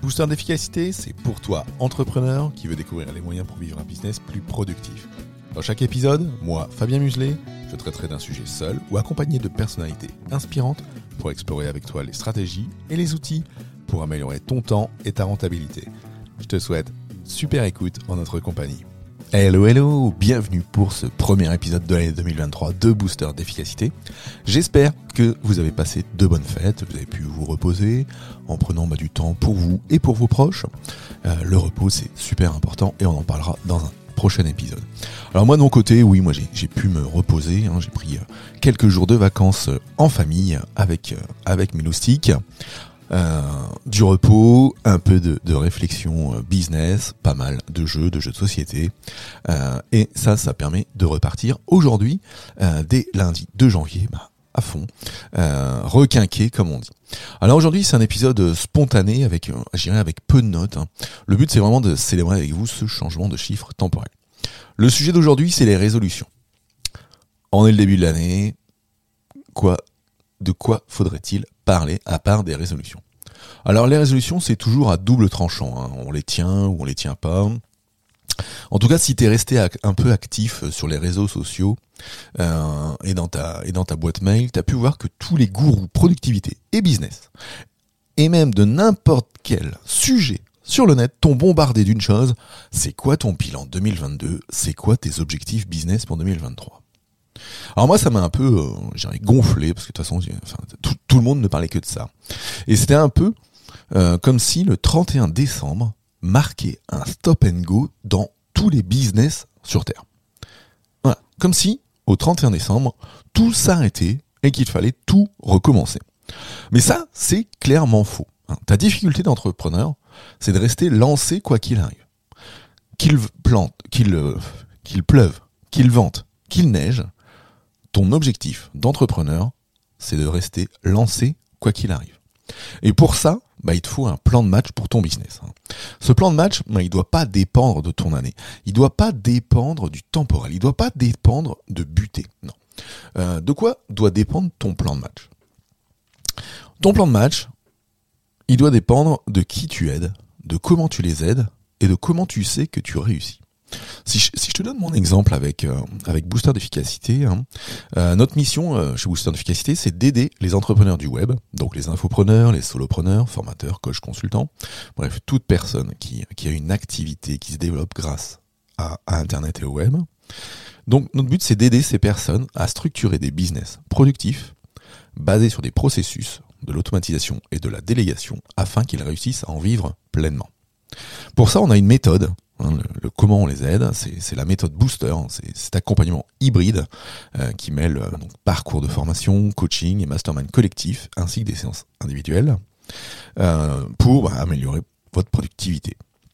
Booster d'efficacité, c'est pour toi, entrepreneur, qui veut découvrir les moyens pour vivre un business plus productif. Dans chaque épisode, moi, Fabien Muselet, je traiterai d'un sujet seul ou accompagné de personnalités inspirantes pour explorer avec toi les stratégies et les outils pour améliorer ton temps et ta rentabilité. Je te souhaite super écoute en notre compagnie. Hello, bienvenue pour ce premier épisode de l'année 2023 de Booster d'efficacité. J'espère que vous avez passé de bonnes fêtes, vous avez pu vous reposer en prenant du temps pour vous et pour vos proches. Le repos, c'est super important et on en parlera dans un prochain épisode. Alors moi de mon côté, oui, moi j'ai pu me reposer, j'ai pris quelques jours de vacances en famille avec mes loustiques. Du repos, un peu de réflexion business, pas mal de jeux de société, et ça permet de repartir aujourd'hui, dès lundi 2 janvier, à fond, requinqué comme on dit. Alors aujourd'hui c'est un épisode spontané avec peu de notes. Le but c'est vraiment de célébrer avec vous ce changement de chiffre temporel. Le sujet d'aujourd'hui c'est les résolutions. On est le début de l'année, de quoi faudrait-il parler à part des résolutions? Alors les résolutions c'est toujours à double tranchant, on les tient ou on les tient pas. En tout cas si t'es resté un peu actif sur les réseaux sociaux et dans ta boîte mail, t'as pu voir que tous les gourous productivité et business, et même de n'importe quel sujet sur le net, t'ont bombardé d'une chose: c'est quoi ton bilan 2022, c'est quoi tes objectifs business pour 2023? Alors moi ça m'a un peu gonflé parce que de toute façon tout le monde ne parlait que de ça. Et c'était un peu comme si le 31 décembre marquait un stop and go dans tous les business sur Terre. Voilà. Comme si au 31 décembre tout s'arrêtait et qu'il fallait tout recommencer. Mais ça c'est clairement faux. Ta difficulté d'entrepreneur c'est de rester lancé quoi qu'il arrive. Qu'il pleuve, qu'il vente, qu'il neige. Ton objectif d'entrepreneur, c'est de rester lancé quoi qu'il arrive. Et pour ça, il te faut un plan de match pour ton business. Ce plan de match, il doit pas dépendre de ton année. Il doit pas dépendre du temporel. Il doit pas dépendre de buter. Non. De quoi doit dépendre ton plan de match? Ton plan de match, il doit dépendre de qui tu aides, de comment tu les aides et de comment tu sais que tu réussis. Si je te donne mon exemple avec Booster d'efficacité, notre mission chez Booster d'efficacité, c'est d'aider les entrepreneurs du web, donc les infopreneurs, les solopreneurs, formateurs, coachs, consultants, bref, toute personne qui a une activité qui se développe grâce à Internet et au web. Donc notre but, c'est d'aider ces personnes à structurer des business productifs, basés sur des processus, de l'automatisation et de la délégation, afin qu'ils réussissent à en vivre pleinement. Pour ça, on a une méthode. Le comment on les aide, c'est la méthode Booster, c'est cet accompagnement hybride qui mêle parcours de formation, coaching et mastermind collectif, ainsi que des séances individuelles pour améliorer votre productivité.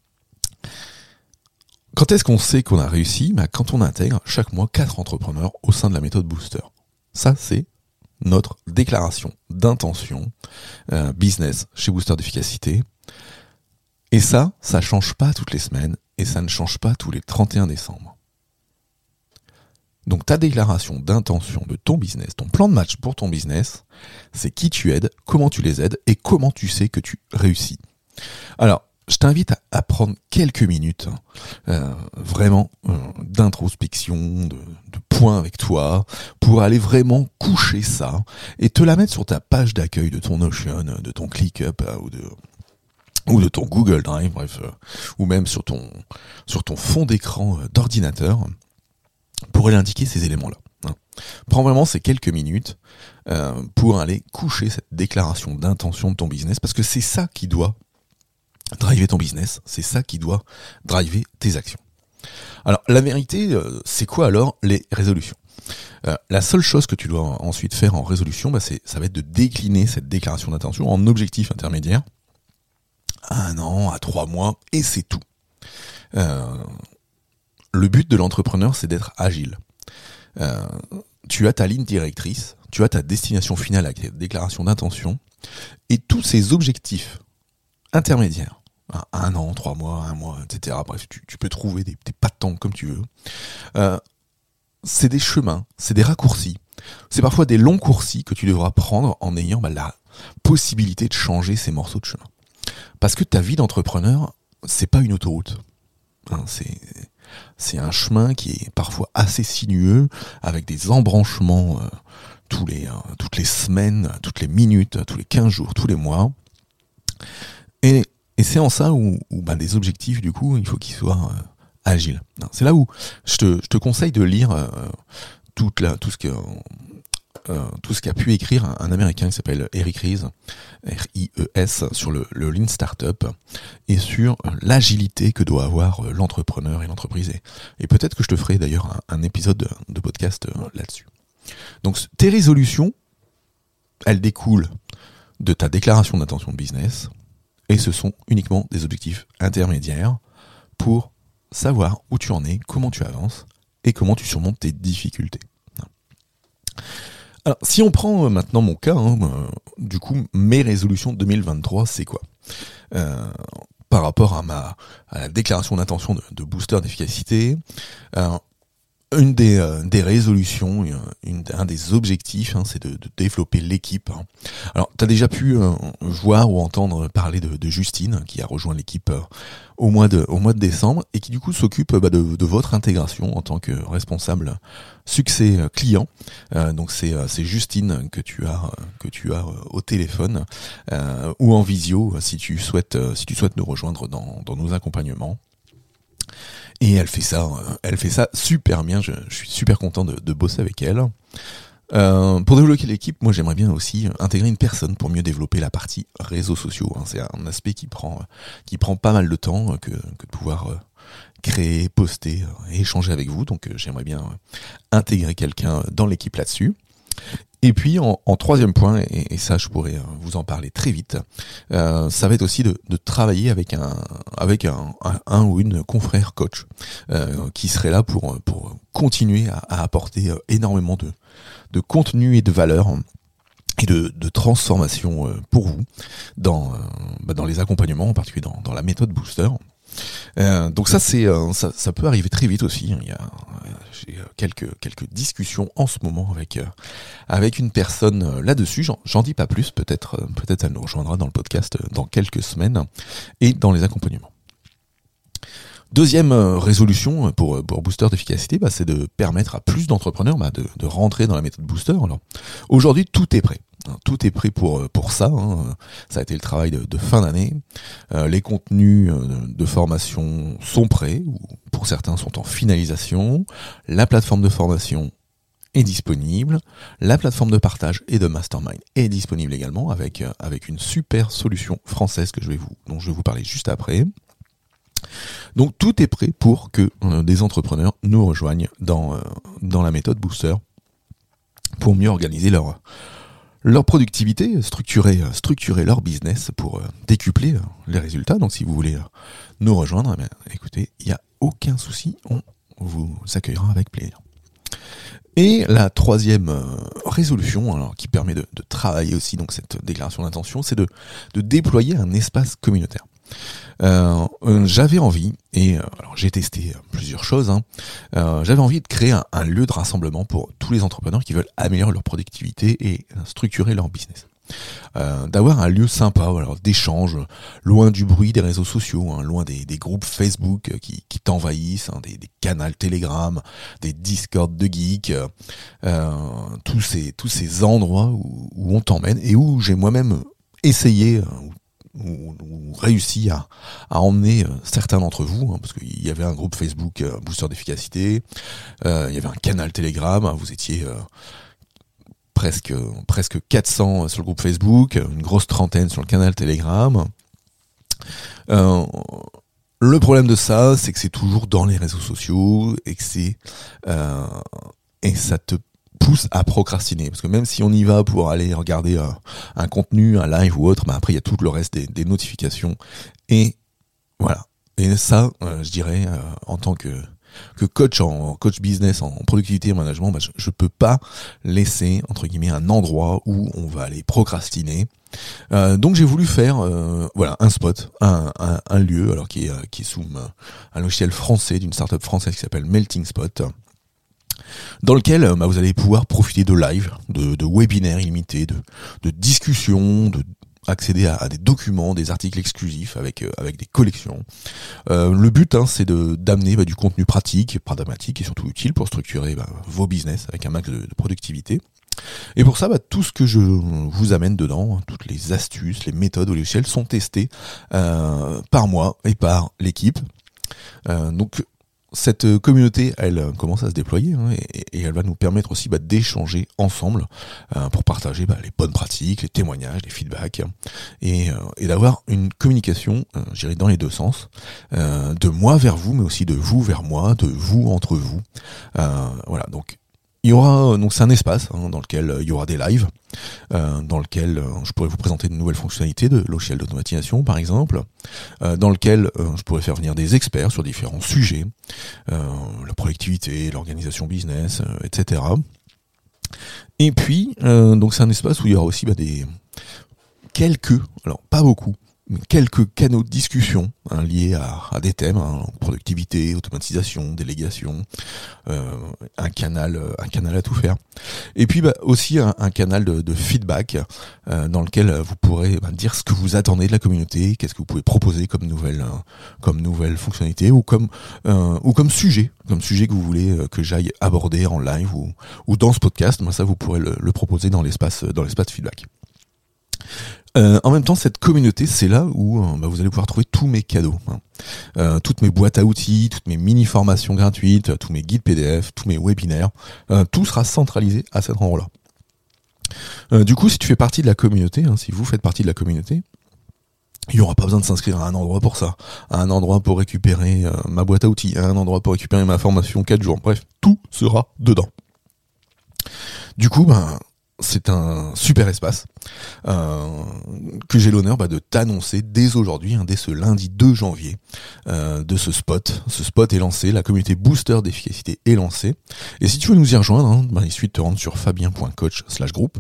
Quand est-ce qu'on sait qu'on a réussi? Quand on intègre chaque mois 4 entrepreneurs au sein de la méthode Booster. Ça, c'est notre déclaration d'intention business chez Booster d'efficacité. Et ça change pas toutes les semaines et ça ne change pas tous les 31 décembre. Donc ta déclaration d'intention de ton business, ton plan de match pour ton business, c'est qui tu aides, comment tu les aides et comment tu sais que tu réussis. Alors, je t'invite à prendre quelques minutes vraiment d'introspection, de point avec toi, pour aller vraiment coucher ça et te la mettre sur ta page d'accueil de ton Notion, de ton ClickUp ou de ton Google Drive, bref, ou même sur ton fond d'écran d'ordinateur, pour aller indiquer ces éléments-là. Prends vraiment ces quelques minutes pour aller coucher cette déclaration d'intention de ton business, parce que c'est ça qui doit driver ton business, c'est ça qui doit driver tes actions. Alors, la vérité, c'est quoi alors les résolutions? La seule chose que tu dois ensuite faire en résolution, ça va être de décliner cette déclaration d'intention en objectif intermédiaire, à 1 an, à 3 mois, et c'est tout. Le but de l'entrepreneur, c'est d'être agile. Tu as ta ligne directrice, tu as ta destination finale avec ta déclaration d'intention, et tous ces objectifs intermédiaires, 1 an, 3 mois, 1 mois, etc. Bref, tu peux trouver des pas de temps comme tu veux. C'est des chemins, c'est des raccourcis. C'est parfois des longs coursis que tu devras prendre en ayant la possibilité de changer ces morceaux de chemin. Parce que ta vie d'entrepreneur, c'est pas une autoroute. Hein, c'est un chemin qui est parfois assez sinueux, avec des embranchements toutes les semaines, toutes les minutes, tous les 15 jours, tous les mois. Et c'est en ça où des objectifs, du coup, il faut qu'ils soient agiles. C'est là où je te conseille de lire tout ce qu'a pu écrire un Américain qui s'appelle Eric Ries, R-I-E-S, sur le Lean Startup et sur l'agilité que doit avoir l'entrepreneur et l'entreprise. Et peut-être que je te ferai d'ailleurs un épisode de podcast là-dessus. Donc tes résolutions, elles découlent de ta déclaration d'intention de business et ce sont uniquement des objectifs intermédiaires pour savoir où tu en es, comment tu avances et comment tu surmontes tes difficultés. Alors, si on prend maintenant mon cas, du coup, mes résolutions 2023, c'est quoi ? Par rapport à la déclaration d'intention de booster d'efficacité, une des résolutions, un des objectifs, c'est de développer l'équipe. Alors, tu as déjà pu voir ou entendre parler de Justine, qui a rejoint l'équipe au mois de décembre, et qui du coup s'occupe de votre intégration en tant que responsable succès client. Donc c'est Justine que tu as au téléphone ou en visio si tu souhaites nous rejoindre dans nos accompagnements. Et elle fait ça super bien. Je suis super content de bosser avec elle. Pour développer l'équipe, moi j'aimerais bien aussi intégrer une personne pour mieux développer la partie réseaux sociaux. C'est un aspect qui prend pas mal de temps que de pouvoir créer, poster et échanger avec vous. Donc j'aimerais bien intégrer quelqu'un dans l'équipe là-dessus. Et puis en troisième point, et ça je pourrais vous en parler très vite, ça va être aussi de travailler avec un ou une confrère coach qui serait là pour continuer à apporter énormément de contenu et de valeur et de transformation pour vous dans les accompagnements, en particulier dans la méthode Booster. Donc ça ça peut arriver très vite aussi. J'ai quelques discussions en ce moment avec une personne là-dessus. J'en dis pas plus. Peut-être elle nous rejoindra dans le podcast dans quelques semaines et dans les accompagnements. Deuxième résolution pour Booster d'efficacité, c'est de permettre à plus d'entrepreneurs de rentrer dans la méthode Booster. Alors aujourd'hui, tout est prêt. Tout est prêt pour ça. Ça a été le travail de fin d'année. Les contenus de formation sont prêts, ou pour certains sont en finalisation. La plateforme de formation est disponible. La plateforme de partage et de mastermind est disponible également avec une super solution française dont je vais vous parler juste après. Donc tout est prêt pour que des entrepreneurs nous rejoignent dans la méthode Booster pour mieux organiser leur productivité, structurer leur business pour décupler les résultats. Donc si vous voulez nous rejoindre, écoutez, il n'y a aucun souci, on vous accueillera avec plaisir. Et la troisième résolution, alors qui permet de travailler aussi donc cette déclaration d'intention, c'est de déployer un espace communautaire. J'avais envie, alors j'ai testé plusieurs choses, j'avais envie de créer un lieu de rassemblement pour tous les entrepreneurs qui veulent améliorer leur productivité et structurer leur business. D'avoir un lieu sympa, alors d'échange, loin du bruit des réseaux sociaux, loin des groupes Facebook qui t'envahissent, des canals Telegram, des Discord de geeks, tous ces endroits où on t'emmène et où j'ai moi-même essayé ou réussi à emmener certains d'entre vous, parce qu'il y avait un groupe Facebook Booster d'efficacité, il y avait un canal Telegram, vous étiez presque 400 sur le groupe Facebook, une grosse trentaine sur le canal Telegram. Le problème de ça, c'est que c'est toujours dans les réseaux sociaux et que et ça te pousse à procrastiner, parce que même si on y va pour aller regarder un contenu, un live ou autre, après il y a tout le reste des notifications et voilà. Et ça, je dirais en tant que coach business en productivité et management, je peux pas laisser entre guillemets un endroit où on va aller procrastiner. Donc j'ai voulu faire un spot, un lieu, alors qui est sous un logiciel français d'une startup française qui s'appelle Melting Spot, dans lequel vous allez pouvoir profiter de live, de webinaires illimités, de discussions, accéder à des documents, des articles exclusifs avec des collections. Le but, c'est d'amener du contenu pratique, pragmatique et surtout utile pour structurer vos business avec un max de productivité. Et pour ça, tout ce que je vous amène dedans, toutes les astuces, les méthodes ou les logiciels sont testés par moi et par l'équipe. Donc cette communauté, elle commence à se déployer et elle va nous permettre aussi d'échanger ensemble pour partager les bonnes pratiques, les témoignages, les feedbacks et d'avoir une communication, je dirais dans les deux sens, de moi vers vous, mais aussi de vous vers moi, de vous entre vous. Voilà, donc il y aura c'est un espace dans lequel il y aura des lives, dans lequel je pourrais vous présenter de nouvelles fonctionnalités de logiciels d'automatisation par exemple, dans lequel je pourrais faire venir des experts sur différents sujets, la productivité, l'organisation business, etc. Et puis donc c'est un espace où il y aura aussi alors pas beaucoup, quelques canaux de discussion liés à des thèmes, productivité, automatisation, délégation, un canal à tout faire. Et puis aussi un canal de feedback dans lequel vous pourrez dire ce que vous attendez de la communauté, qu'est-ce que vous pouvez proposer comme nouvelle fonctionnalité ou comme sujet que vous voulez que j'aille aborder en live ou dans ce podcast. Ça vous pourrez le proposer dans l'espace feedback. En même temps, cette communauté, c'est là où vous allez pouvoir trouver tous mes cadeaux, toutes mes boîtes à outils, toutes mes mini-formations gratuites, tous mes guides PDF, tous mes webinaires, tout sera centralisé à cet endroit-là. Du coup, si tu fais partie de la communauté, si vous faites partie de la communauté, il n'y aura pas besoin de s'inscrire à un endroit pour ça, à un endroit pour récupérer ma boîte à outils, à un endroit pour récupérer ma formation 4 jours. Bref, tout sera dedans. Du coup, c'est un super espace que j'ai l'honneur de t'annoncer dès aujourd'hui, dès ce lundi 2 janvier, de ce spot. Ce spot est lancé, la communauté Booster d'efficacité est lancée. Et si tu veux nous y rejoindre, il suffit de te rendre sur fabien.coach/groupe.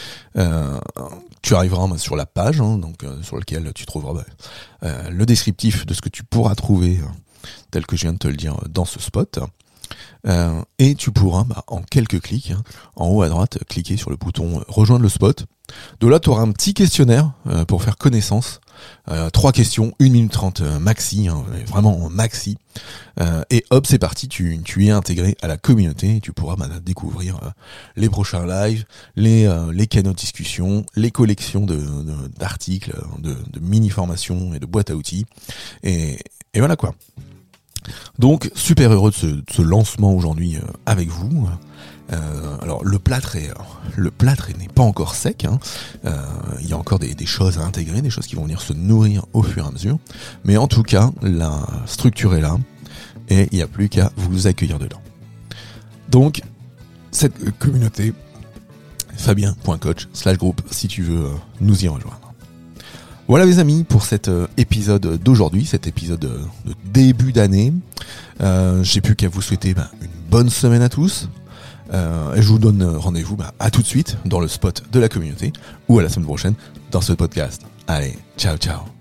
Tu arriveras sur la page, sur laquelle tu trouveras le descriptif de ce que tu pourras trouver, tel que je viens de te le dire dans ce spot. Et tu pourras en quelques clics en haut à droite cliquer sur le bouton rejoindre le spot. De là tu auras un petit questionnaire pour faire connaissance, 3 questions, 1 minute 30 maxi, vraiment maxi, et hop c'est parti, tu es intégré à la communauté et tu pourras découvrir les prochains lives, les canaux de discussion, les collections d'articles, de mini formations et de boîtes à outils et voilà quoi. Donc super heureux de ce lancement aujourd'hui avec vous. Alors le plâtre n'est pas encore sec, il y a encore des choses à intégrer, des choses qui vont venir se nourrir au fur et à mesure, mais en tout cas la structure est là et il n'y a plus qu'à vous accueillir dedans. Donc cette communauté, fabien.coach/groupe si tu veux nous y rejoindre. Voilà les amis pour cet épisode d'aujourd'hui, cet épisode de début d'année. J'ai plus qu'à vous souhaiter une bonne semaine à tous. Et je vous donne rendez-vous à tout de suite dans le spot de la communauté ou à la semaine prochaine dans ce podcast. Allez, ciao ciao.